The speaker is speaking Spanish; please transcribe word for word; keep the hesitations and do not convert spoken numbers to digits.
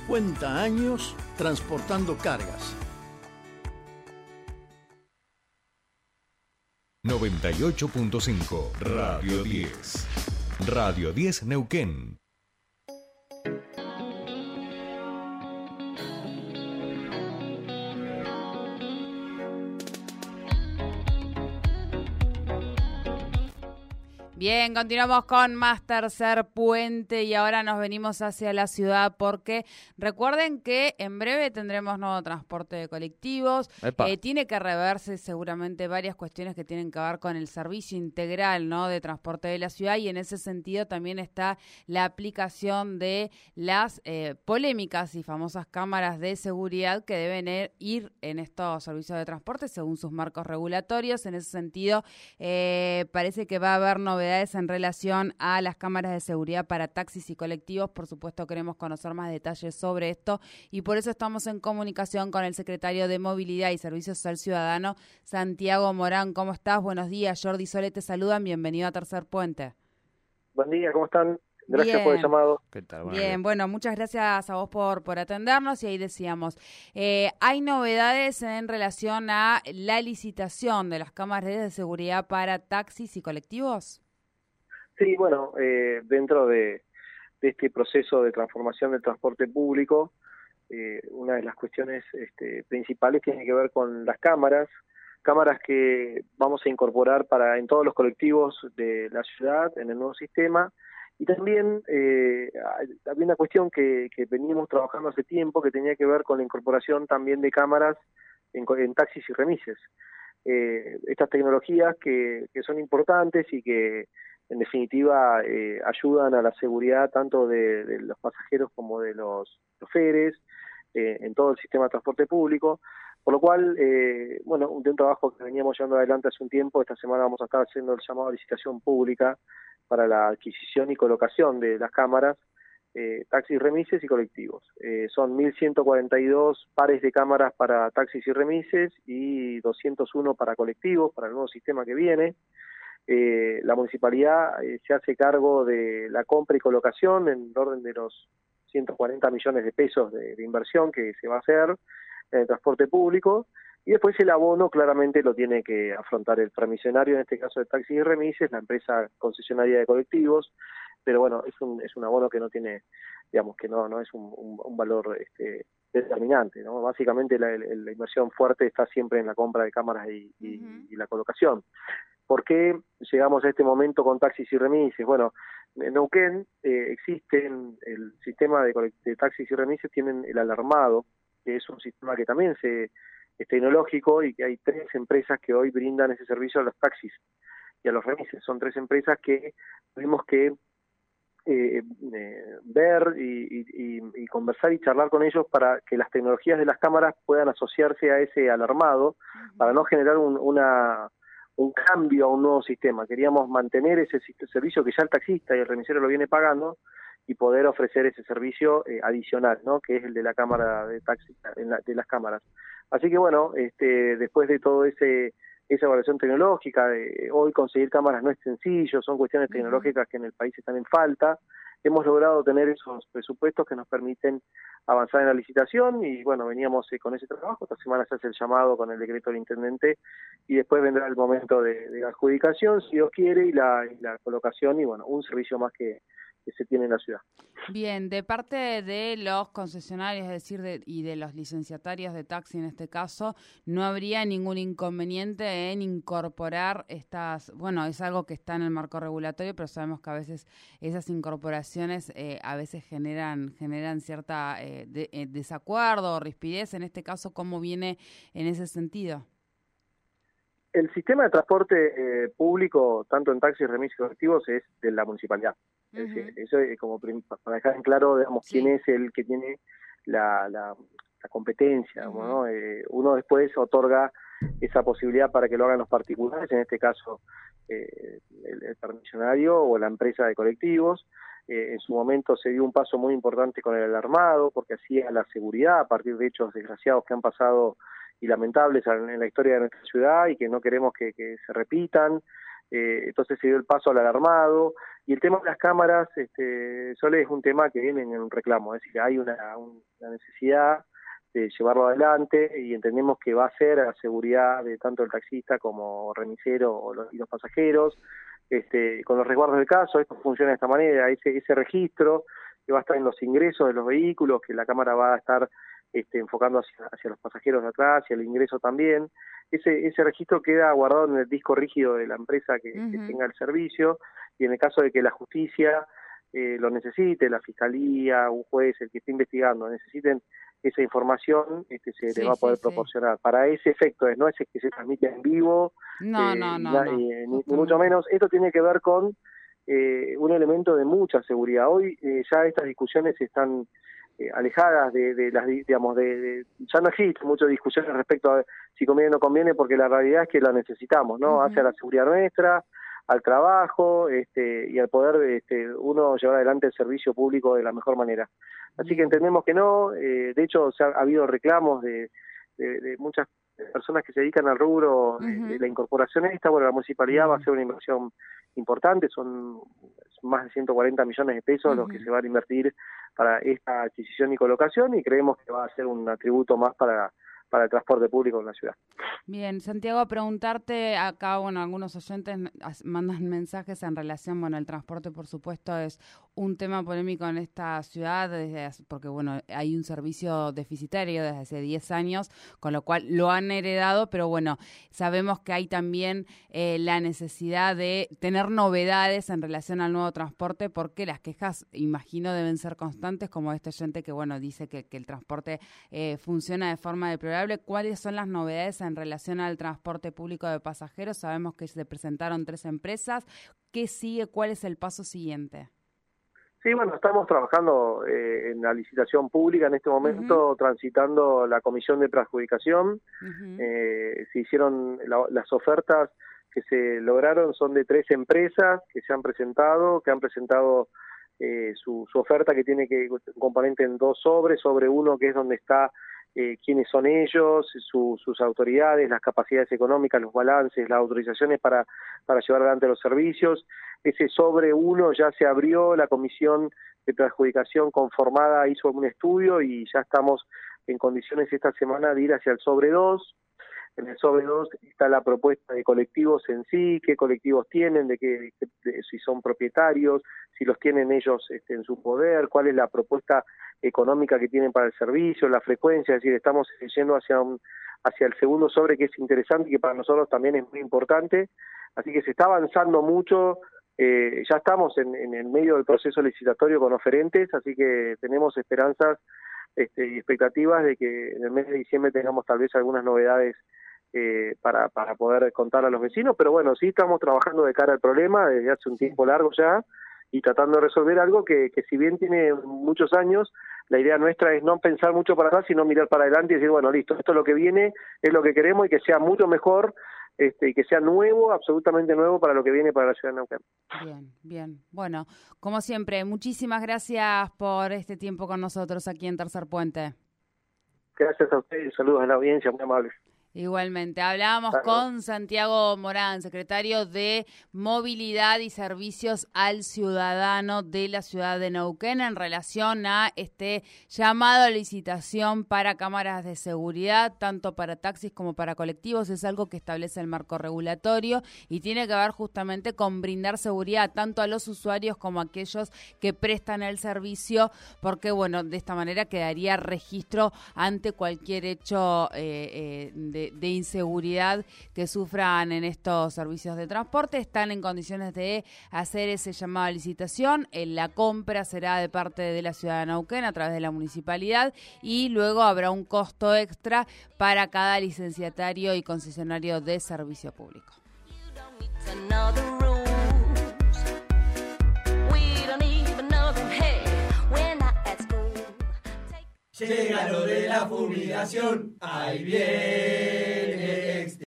cincuenta años transportando cargas. noventa y ocho punto cinco Radio diez. Radio diez Neuquén. Bien, continuamos con más Tercer Puente y ahora nos venimos hacia la ciudad porque recuerden que en breve tendremos nuevo transporte de colectivos. Eh, tiene que reverse seguramente varias cuestiones que tienen que ver con el servicio integral, ¿no?, de transporte de la ciudad, y en ese sentido también está la aplicación de las eh, polémicas y famosas cámaras de seguridad que deben ir en estos servicios de transporte según sus marcos regulatorios. En ese sentido, eh, parece que va a haber novedades en relación a las cámaras de seguridad para taxis y colectivos. Por supuesto, queremos conocer más detalles sobre esto y por eso estamos en comunicación con el secretario de Movilidad y Servicios al Ciudadano, Santiago Morán. ¿Cómo estás? Buenos días. Jordi Sole te saludan. Bienvenido a Tercer Puente. Buen día, ¿cómo están? Gracias Bien. por el llamado. ¿Qué tal? Bien, días. Bueno, muchas gracias a vos por, por atendernos y ahí decíamos, eh, hay novedades en relación a la licitación de las cámaras de seguridad para taxis y colectivos. Sí, bueno, eh, dentro de, de este proceso de transformación del transporte público, eh, una de las cuestiones este, principales tiene que ver con las cámaras, cámaras que vamos a incorporar para en todos los colectivos de la ciudad, en el nuevo sistema, y también eh, había una cuestión que, que veníamos trabajando hace tiempo que tenía que ver con la incorporación también de cámaras en, en taxis y remises. Eh, estas tecnologías que, que son importantes y que en definitiva eh, ayudan a la seguridad tanto de, de los pasajeros como de los choferes eh, en todo el sistema de transporte público, por lo cual, eh, bueno, de un trabajo que veníamos llevando adelante hace un tiempo, esta semana vamos a estar haciendo el llamado a licitación pública para la adquisición y colocación de las cámaras, eh, taxis, remises y colectivos. Eh, son mil ciento cuarenta y dos pares de cámaras para taxis y remises y doscientos uno para colectivos, para el nuevo sistema que viene. Eh, la municipalidad eh, se hace cargo de la compra y colocación en el orden de los ciento cuarenta millones de pesos de, de inversión que se va a hacer en el transporte público, y después el abono claramente lo tiene que afrontar el permisionario, en este caso de taxis y remises, la empresa concesionaria de colectivos, pero bueno, es un es un abono que no tiene, digamos, que no no es un, un, un valor este, determinante, ¿no? Básicamente la, la inversión fuerte está siempre en la compra de cámaras y, y, uh-huh. y la colocación. ¿Por qué llegamos a este momento con taxis y remises? Bueno, en Neuquén eh, existen el sistema de, de taxis y remises, tienen el alarmado, que es un sistema que también se, es tecnológico y que hay tres empresas que hoy brindan ese servicio a los taxis y a los remises. Son tres empresas que tuvimos que eh, eh, ver y, y, y conversar y charlar con ellos para que las tecnologías de las cámaras puedan asociarse a ese alarmado, uh-huh. para no generar un, una... un cambio a un nuevo sistema. Queríamos mantener ese servicio que ya el taxista y el remisero lo viene pagando y poder ofrecer ese servicio eh, adicional, ¿no?, que es el de la cámara de taxi, de las cámaras. Así que bueno, este, después de todo ese esa evaluación tecnológica, de hoy conseguir cámaras no es sencillo, son cuestiones uh-huh. tecnológicas que en el país están en falta. Hemos logrado tener esos presupuestos que nos permiten avanzar en la licitación y bueno, veníamos eh, con ese trabajo. Esta semana se hace el llamado con el decreto del intendente y después vendrá el momento de, de la adjudicación, si Dios quiere, y la, y la colocación y bueno, un servicio más que, que se tiene en la ciudad. Bien, de parte de los concesionarios, es decir, de, y de los licenciatarios de taxi en este caso, no habría ningún inconveniente en incorporar estas, bueno, es algo que está en el marco regulatorio, pero sabemos que a veces esas incorporaciones eh, a veces generan generan cierta eh, de, eh, desacuerdo o rispidez. En este caso, ¿cómo viene en ese sentido? El sistema de transporte eh, público, tanto en taxis, remises y colectivos, es de la municipalidad. Uh-huh. Es decir, eso es como para dejar en claro, digamos, sí. quién es el que tiene la, la, la competencia, uh-huh. ¿no? Eh, uno después otorga esa posibilidad para que lo hagan los particulares, en este caso eh, el, el permisionario o la empresa de colectivos. Eh, en su momento se dio un paso muy importante con el alarmado, porque hacía la seguridad a partir de hechos desgraciados que han pasado y lamentables en la historia de nuestra ciudad y que no queremos que, que se repitan. eh, entonces se dio el paso al alarmado, y el tema de las cámaras, este, solo es un tema que viene en un reclamo, es decir, hay una, una necesidad de llevarlo adelante y entendemos que va a ser a la seguridad de tanto el taxista como remisero o los, y los pasajeros. Este, con los resguardos del caso, esto funciona de esta manera, ese, ese registro que va a estar en los ingresos de los vehículos, que la cámara va a estar este, enfocando hacia, hacia los pasajeros de atrás, hacia el ingreso también. Ese, ese registro queda guardado en el disco rígido de la empresa que, uh-huh. que tenga el servicio, y en el caso de que la justicia eh, lo necesite, la fiscalía, un juez, el que esté investigando, necesiten esa información, este, se sí, le va a poder sí, proporcionar. Sí. Para ese efecto, es, no es que se transmite en vivo, no, eh, no, no, na, no. Eh, ni, ni mucho menos. Esto tiene que ver con eh, un elemento de mucha seguridad. Hoy eh, ya estas discusiones están eh, alejadas de, de las, digamos, de, de ya no existen muchas discusiones respecto a si conviene o no conviene, porque la realidad es que la necesitamos, ¿no? Uh-huh. Hacia la seguridad nuestra, al trabajo, este, y al poder este, uno llevar adelante el servicio público de la mejor manera. Así que entendemos que no, eh, de hecho se ha, ha habido reclamos de, de, de muchas personas que se dedican al rubro de, uh-huh. de la incorporación esta. Bueno, la municipalidad uh-huh. va a hacer una inversión importante, son más de ciento cuarenta millones de pesos uh-huh. los que se van a invertir para esta adquisición y colocación, y creemos que va a ser un atributo más para para el transporte público en la ciudad. Bien, Santiago, preguntarte acá, bueno, algunos oyentes mandan mensajes en relación, bueno, el transporte, por supuesto, es un tema polémico en esta ciudad, desde, porque, bueno, hay un servicio deficitario desde hace diez años, con lo cual lo han heredado, pero, bueno, sabemos que hay también eh, la necesidad de tener novedades en relación al nuevo transporte, porque las quejas, imagino, deben ser constantes, como este oyente que, bueno, dice que, que el transporte eh, funciona de forma deplorable. ¿Cuáles son las novedades en relación al transporte público de pasajeros? Sabemos que se presentaron tres empresas. ¿Qué sigue? ¿Cuál es el paso siguiente? Sí, bueno, estamos trabajando eh, en la licitación pública en este momento, uh-huh. transitando la comisión de preadjudicación. Uh-huh. Eh, se hicieron la, las ofertas que se lograron, son de tres empresas que se han presentado, que han presentado eh, su, su oferta, que tiene que un componente en dos sobres, sobre uno que es donde está Eh, quiénes son ellos, su, sus autoridades, las capacidades económicas, los balances, las autorizaciones para, para llevar adelante los servicios. Ese sobre uno ya se abrió, la comisión de preadjudicación conformada hizo un estudio y ya estamos en condiciones esta semana de ir hacia el sobre dos. En el sobre dos está la propuesta de colectivos en sí, qué colectivos tienen, de qué, de, de, si son propietarios, si los tienen ellos este, en su poder, cuál es la propuesta económica que tienen para el servicio, la frecuencia, es decir, estamos yendo hacia un, hacia el segundo sobre, que es interesante y que para nosotros también es muy importante. Así que se está avanzando mucho, eh, ya estamos en, en el medio del proceso licitatorio con oferentes, así que tenemos esperanzas este, y expectativas de que en el mes de diciembre tengamos tal vez algunas novedades Eh, para, para poder contar a los vecinos, pero bueno, sí estamos trabajando de cara al problema desde hace un tiempo largo ya y tratando de resolver algo que, que si bien tiene muchos años, la idea nuestra es no pensar mucho para atrás, sino mirar para adelante y decir, bueno, listo, esto es lo que viene, es lo que queremos y que sea mucho mejor, este, y que sea nuevo, absolutamente nuevo para lo que viene para la ciudad de Neuquén. Bien, bien. Bueno, como siempre, muchísimas gracias por este tiempo con nosotros aquí en Tercer Puente. Gracias a ustedes, saludos a la audiencia, muy amables. Igualmente, hablábamos claro. con Santiago Morán, secretario de Movilidad y Servicios al Ciudadano de la ciudad de Neuquén, en relación a este llamado a licitación para cámaras de seguridad, tanto para taxis como para colectivos. Es algo que establece el marco regulatorio y tiene que ver justamente con brindar seguridad tanto a los usuarios como a aquellos que prestan el servicio, porque, bueno, de esta manera quedaría registro ante cualquier hecho eh, eh, de de inseguridad que sufran en estos servicios de transporte. Están en condiciones de hacer ese llamado a licitación. La compra será de parte de la ciudad de Neuquén a través de la municipalidad y luego habrá un costo extra para cada licenciatario y concesionario de servicio público. Llega lo de la fumigación, ahí viene.